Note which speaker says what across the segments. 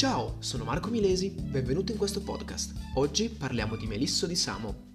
Speaker 1: Ciao, sono Marco Milesi, benvenuto in questo podcast. Oggi parliamo di Melisso di Samo.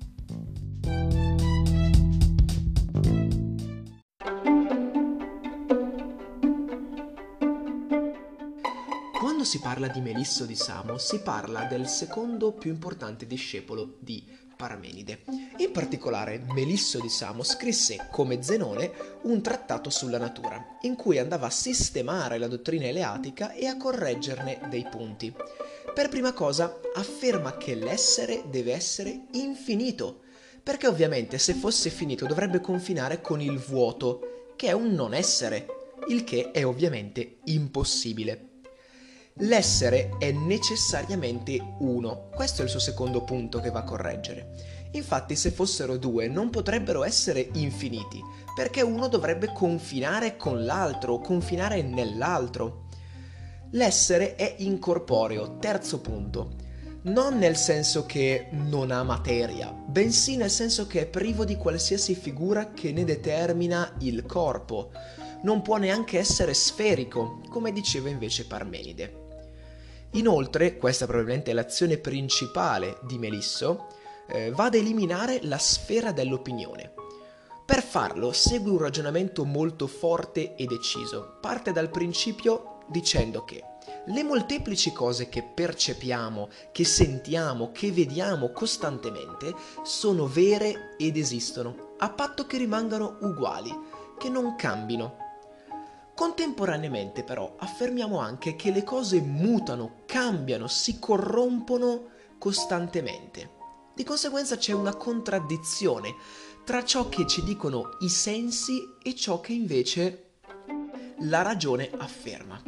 Speaker 1: Quando si parla di Melisso di Samo, si parla del secondo più importante discepolo di Parmenide. In particolare, Melisso di Samo scrisse come Zenone un trattato sulla natura, in cui andava a sistemare la dottrina eleatica e a correggerne dei punti. Per prima cosa, afferma che l'essere deve essere infinito, perché ovviamente se fosse finito dovrebbe confinare con il vuoto, che è un non essere, il che è ovviamente impossibile. L'essere è necessariamente uno, questo è il suo secondo punto che va a correggere. Infatti se fossero due non potrebbero essere infiniti, perché uno dovrebbe confinare con l'altro, confinare nell'altro. L'essere è incorporeo, terzo punto, non nel senso che non ha materia, bensì nel senso che è privo di qualsiasi figura che ne determina il corpo. Non può neanche essere sferico, come diceva invece Parmenide. Inoltre, questa probabilmente è l'azione principale di Melisso, va ad eliminare la sfera dell'opinione. Per farlo segue un ragionamento molto forte e deciso. Parte dal principio dicendo che le molteplici cose che percepiamo, che sentiamo, che vediamo costantemente sono vere ed esistono, a patto che rimangano uguali, che non cambino. Contemporaneamente però affermiamo anche che le cose mutano, cambiano, si corrompono costantemente. Di conseguenza c'è una contraddizione tra ciò che ci dicono i sensi e ciò che invece la ragione afferma.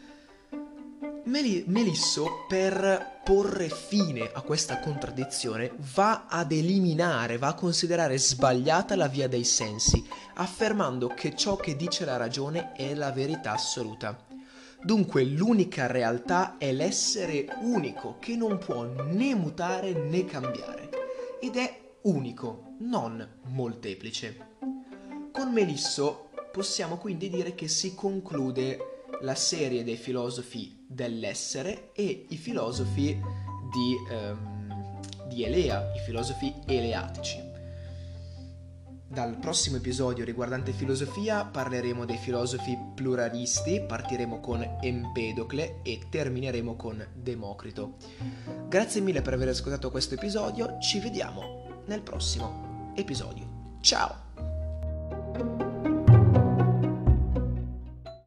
Speaker 1: Melisso, per porre fine a questa contraddizione, va ad eliminare, va a considerare sbagliata la via dei sensi, affermando che ciò che dice la ragione è la verità assoluta. Dunque l'unica realtà è l'essere unico, che non può né mutare né cambiare, ed è unico, non molteplice. Con Melisso possiamo quindi dire che si conclude la serie dei filosofi dell'essere e i filosofi di Elea, i filosofi eleatici. Dal prossimo episodio riguardante filosofia parleremo dei filosofi pluralisti, partiremo con Empedocle e termineremo con Democrito. Grazie mille per aver ascoltato questo episodio, ci vediamo nel prossimo episodio. Ciao!